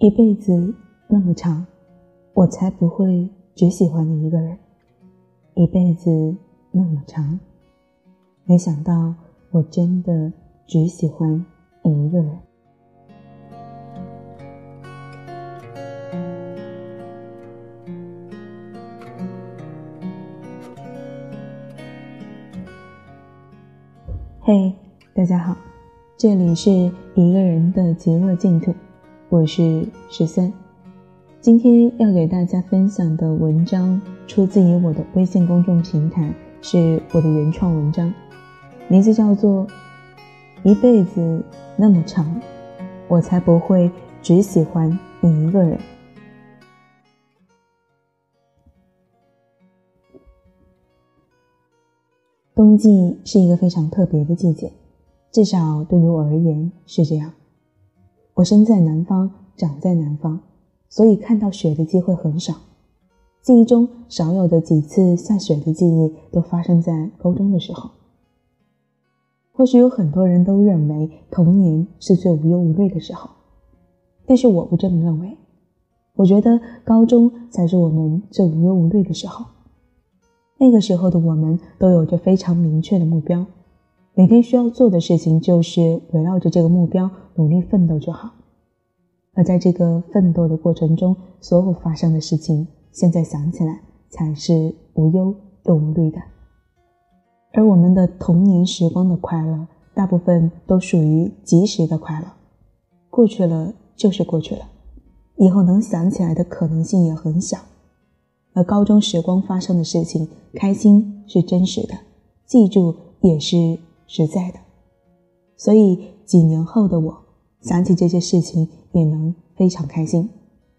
一辈子那么长，我才不会只喜欢你一个人。一辈子那么长，没想到我真的只喜欢你一个人。嘿，大家好，这里是一个人的极乐净土，我是13。今天要给大家分享的文章出自于我的微信公众平台，是我的原创文章，名字叫做一辈子那么长，我才不会只喜欢你一个人。冬季是一个非常特别的季节，至少对于我而言是这样。我生在南方，长在南方，所以看到雪的机会很少。记忆中少有的几次下雪的记忆都发生在高中的时候。或许有很多人都认为童年是最无忧无虑的时候，但是我不这么认为。我觉得高中才是我们最无忧无虑的时候。那个时候的我们都有着非常明确的目标，每天需要做的事情就是围绕着这个目标努力奋斗就好。而在这个奋斗的过程中，所有发生的事情，现在想起来才是无忧又无虑的。而我们的童年时光的快乐，大部分都属于即时的快乐，过去了就是过去了，以后能想起来的可能性也很小。而高中时光发生的事情，开心是真实的，记住也是实在的。所以几年后的我想起这些事情也能非常开心。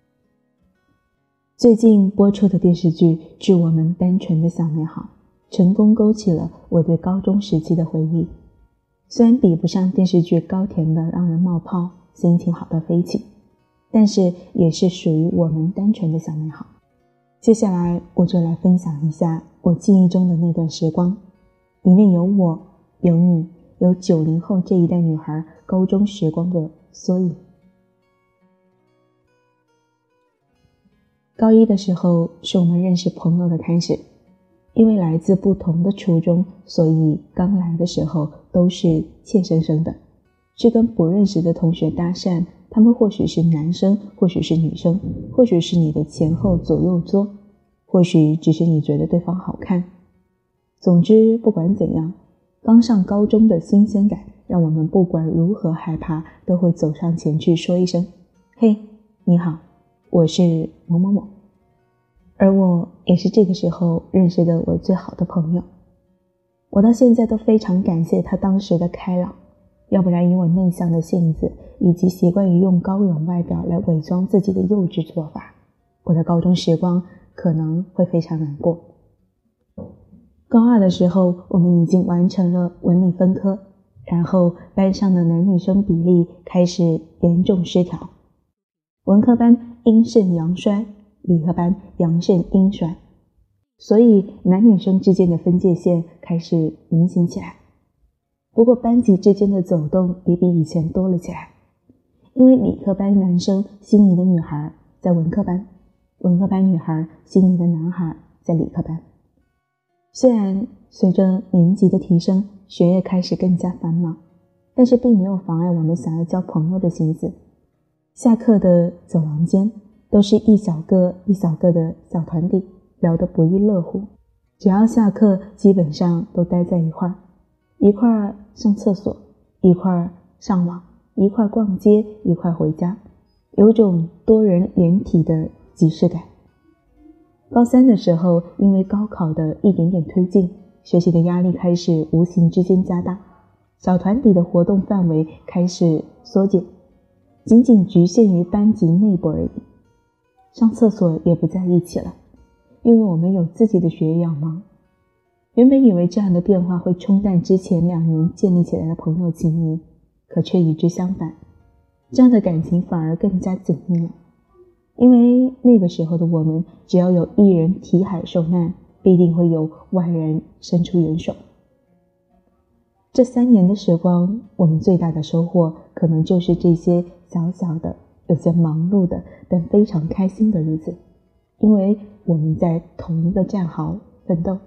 最近播出的电视剧《致我们单纯的小美好》成功勾起了我对高中时期的回忆。虽然比不上电视剧高甜的让人冒泡，心情好到飞起，但是也是属于我们单纯的小美好。接下来我就来分享一下我记忆中的那段时光，里面有我，有你，有90后这一代女孩高中时光的缩影。高一的时候是我们认识朋友的开始，因为来自不同的初中，所以刚来的时候都是怯生生的，去跟不认识的同学搭讪，他们或许是男生，或许是女生，或许是你的前后左右桌，或许只是你觉得对方好看。总之不管怎样，刚上高中的新鲜感让我们不管如何害怕，都会走上前去说一声，嘿，你好，我是某某某。而我也是这个时候认识的我最好的朋友，我到现在都非常感谢他当时的开朗，要不然以我内向的性子以及习惯于用高冷外表来伪装自己的幼稚做法，我的高中时光可能会非常难过。高2的时候，我们已经完成了文理分科，然后班上的男女生比例开始严重失调，文科班阴盛阳衰，理科班阳盛阴衰，所以男女生之间的分界线开始明显起来。不过班级之间的走动也比以前多了起来，因为理科班男生心仪的女孩在文科班，文科班女孩心仪的男孩在理科班。虽然随着年级的提升，学业开始更加繁忙，但是并没有妨碍我们想要交朋友的心思。下课的走廊间都是一小个一小个的小团体，聊得不亦乐乎。只要下课基本上都待在一块儿，一块儿上厕所，一块儿上网，一块儿逛街，一块儿回家，有种多人连体的即视感。高3的时候，因为高考的一点点推进，学习的压力开始无形之间加大，小团体的活动范围开始缩减，仅仅局限于班级内部而已。上厕所也不在一起了，因为我们有自己的学业要忙。原本以为这样的变化会冲淡之前2年建立起来的朋友情谊，可却与之相反，这样的感情反而更加紧密了。因为那个时候的我们，只要有一人题海受难，必定会有万人伸出援手。这3年的时光，我们最大的收获可能就是这些小小的有些忙碌的，但非常开心的日子，因为我们在同一个战壕奋斗。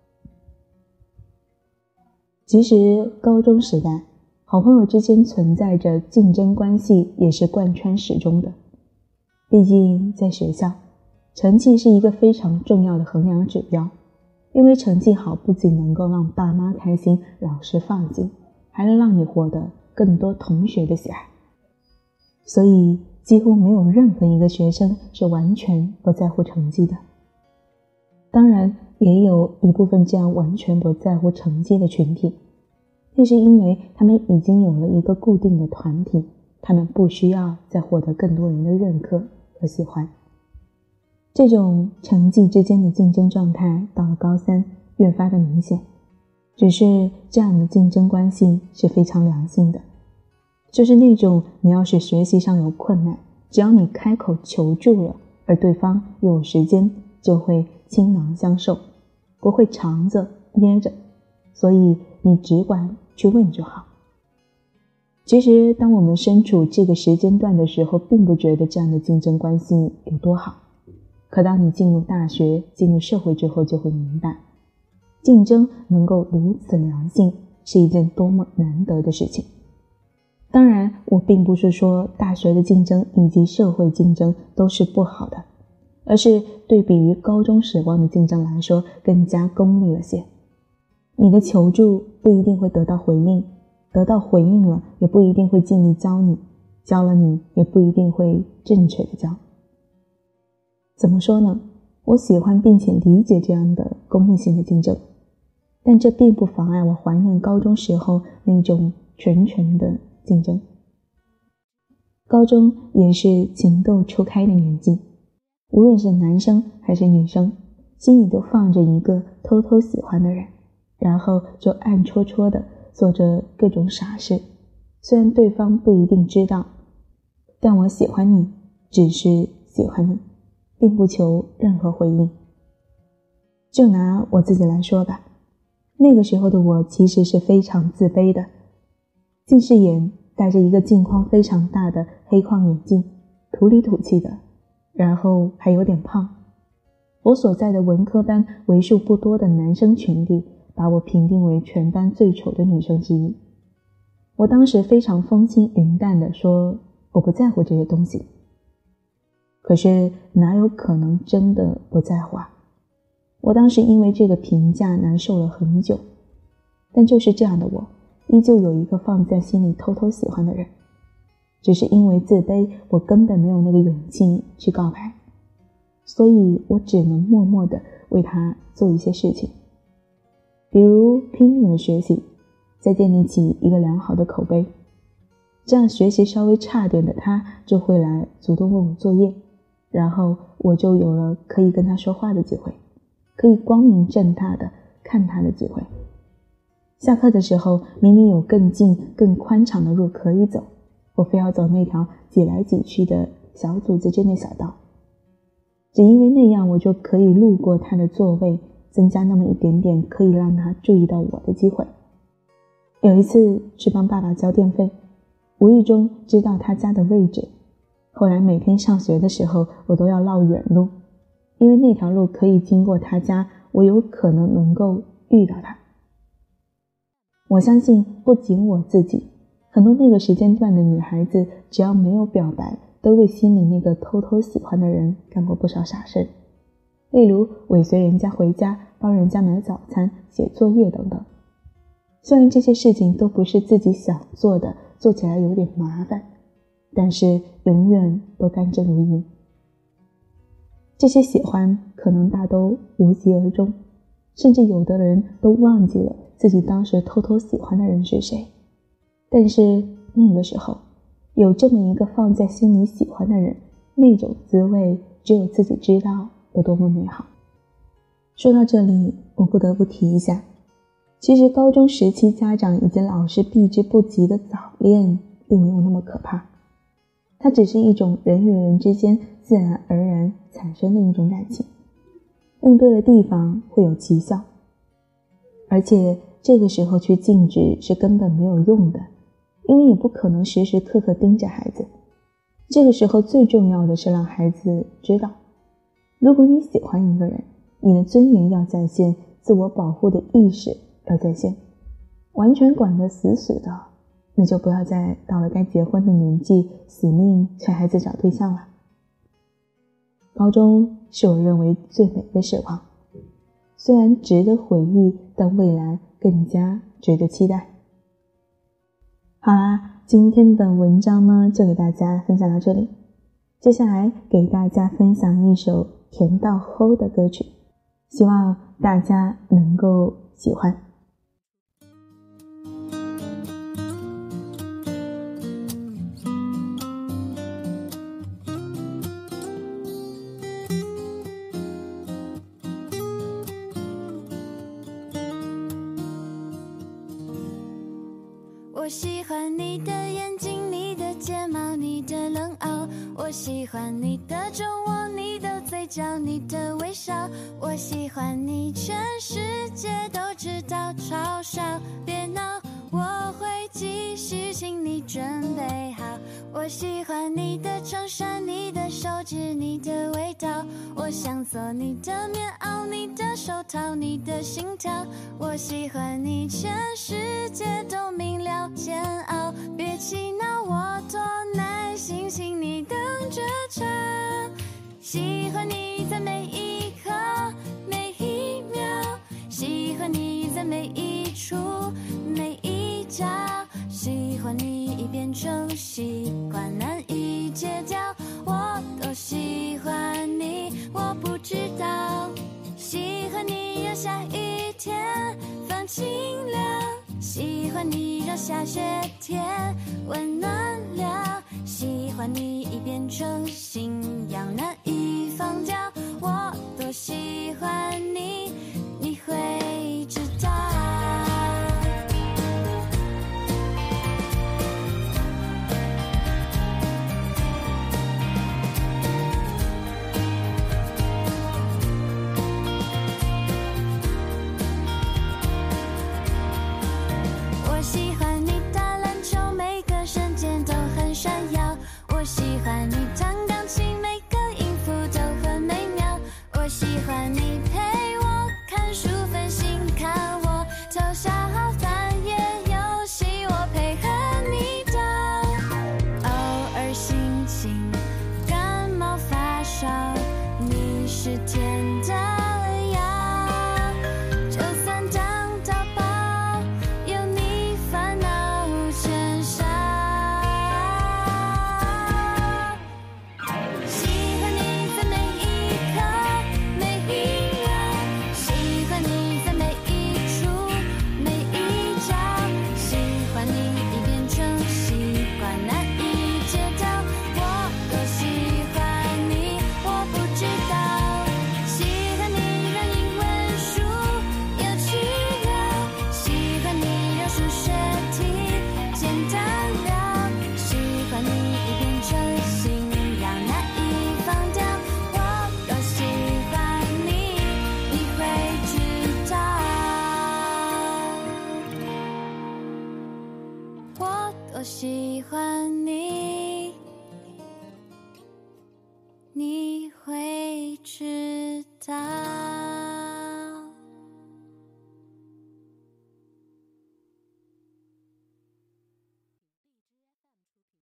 其实高中时代，好朋友之间存在着竞争关系，也是贯穿始终的。毕竟在学校，成绩是一个非常重要的衡量指标，因为成绩好不仅能够让爸妈开心，老师放心，还能让你获得更多同学的喜爱。所以几乎没有任何一个学生是完全不在乎成绩的。当然也有一部分这样完全不在乎成绩的群体，那是因为他们已经有了一个固定的团体，他们不需要再获得更多人的认可和喜欢。这种成绩之间的竞争状态到了高三越发的明显，只是这样的竞争关系是非常良性的，就是那种你要是学习上有困难，只要你开口求助了，而对方又有时间，就会倾囊相授，不会藏着掖着，所以你只管去问就好。其实当我们身处这个时间段的时候，并不觉得这样的竞争关系有多好，可当你进入大学，进入社会之后，就会明白，竞争能够如此良性，是一件多么难得的事情。当然，我并不是说大学的竞争以及社会竞争都是不好的，而是对比于高中时光的竞争来说，更加功利了些。你的求助不一定会得到回应，得到回应了也不一定会尽力教你，教了你也不一定会正确的教。怎么说呢？我喜欢并且理解这样的功利性的竞争，但这并不妨碍我怀念高中时候那种纯纯的竞争。高中也是情窦初开的年纪，无论是男生还是女生，心里都放着一个偷偷喜欢的人，然后就暗戳戳的做着各种傻事，虽然对方不一定知道，但我喜欢你，只是喜欢你，并不求任何回应。就拿我自己来说吧，那个时候的我其实是非常自卑的，近视眼，戴着一个镜框非常大的黑框眼镜，土里土气的，然后还有点胖。我所在的文科班为数不多的男生群里，把我评定为全班最丑的女生之一。我当时非常风轻云淡地说，我不在乎这些东西。可是哪有可能真的不在乎啊？我当时因为这个评价难受了很久，但就是这样的我，依旧有一个放在心里偷偷喜欢的人，只是因为自卑，我根本没有那个勇气去告白，所以我只能默默地为他做一些事情，比如拼命的学习，再建立起一个良好的口碑，这样学习稍微差点的他就会来主动问我作业，然后我就有了可以跟他说话的机会，可以光明正大的看他的机会。下课的时候明明有更近更宽敞的路可以走，我非要走那条挤来挤去的小组之间的小道，只因为那样我就可以路过他的座位，增加那么一点点可以让他注意到我的机会。有一次去帮爸爸交电费，无意中知道他家的位置，后来每天上学的时候我都要绕远路，因为那条路可以经过他家，我有可能能够遇到他。我相信不仅我自己，很多那个时间段的女孩子，只要没有表白，都为心里那个偷偷喜欢的人干过不少傻事，例如尾随人家回家，帮人家买早餐，写作业等等。虽然这些事情都不是自己想做的，做起来有点麻烦，但是永远都甘之如饴。这些喜欢可能大都无疾而终，甚至有的人都忘记了自己当时偷偷喜欢的人是谁。但是那个时候，有这么一个放在心里喜欢的人，那种滋味只有自己知道有多么美好。说到这里，我不得不提一下，其实高中时期家长以及老师避之不及的早恋并没有那么可怕，它只是一种人与人之间自然而然产生的一种感情，用对了地方会有奇效，而且这个时候去禁止是根本没有用的，因为你不可能时时刻刻盯着孩子。 这个时候最重要的是让孩子知道，如果你喜欢一个人，你的尊严要在线，自我保护的意识要在线，完全管得死死的，那就不要再到了该结婚的年纪死命催孩子找对象了。高中是我认为最美的时光，虽然值得回忆，但未来更加值得期待。好啦，今天的文章呢就给大家分享到这里，接下来给大家分享一首甜到齁的歌曲，希望大家能够喜欢。 我喜欢你的眼睛，你的睫毛，你的冷傲，我喜欢你的酒窝，你的嘴角，你的微笑，我喜欢你全世界都知道，嘲笑别闹，我会继续，请你准备好。我喜欢你的衬衫，你的手指，你的味道，我想做你的棉袄，你的手套，你的心跳，我喜欢你全世界都明了，煎熬别气恼，我多耐心，请你等着瞧。喜欢你在每一刻每一秒，喜欢你在每一处每一角，喜欢你已变成习惯难以戒掉，我多喜欢你我不知道。喜欢你让下雨天放晴了，喜欢你让下雪天温暖了，喜欢你已变成信仰难以放掉，我多喜欢你你会知道。我喜欢你打篮球，每个瞬间都很闪耀，我喜欢你弹钢琴，每个音符都很美妙，我喜欢你陪我看书分心，看我偷笑翻页游戏，我配合你的。偶尔心情感冒发烧，你是甜的药，就算当到宝，有你烦恼减少。喜欢你在每一刻每一秒，喜欢你在每一处每一角，喜欢你已变成习惯难以戒掉，我多喜欢你我不知道。喜欢你让英文书有趣了，喜欢你让数学题简单了，喜欢你已变成信仰难以放掉，我多喜欢你你会知道，我多喜欢你你会知道。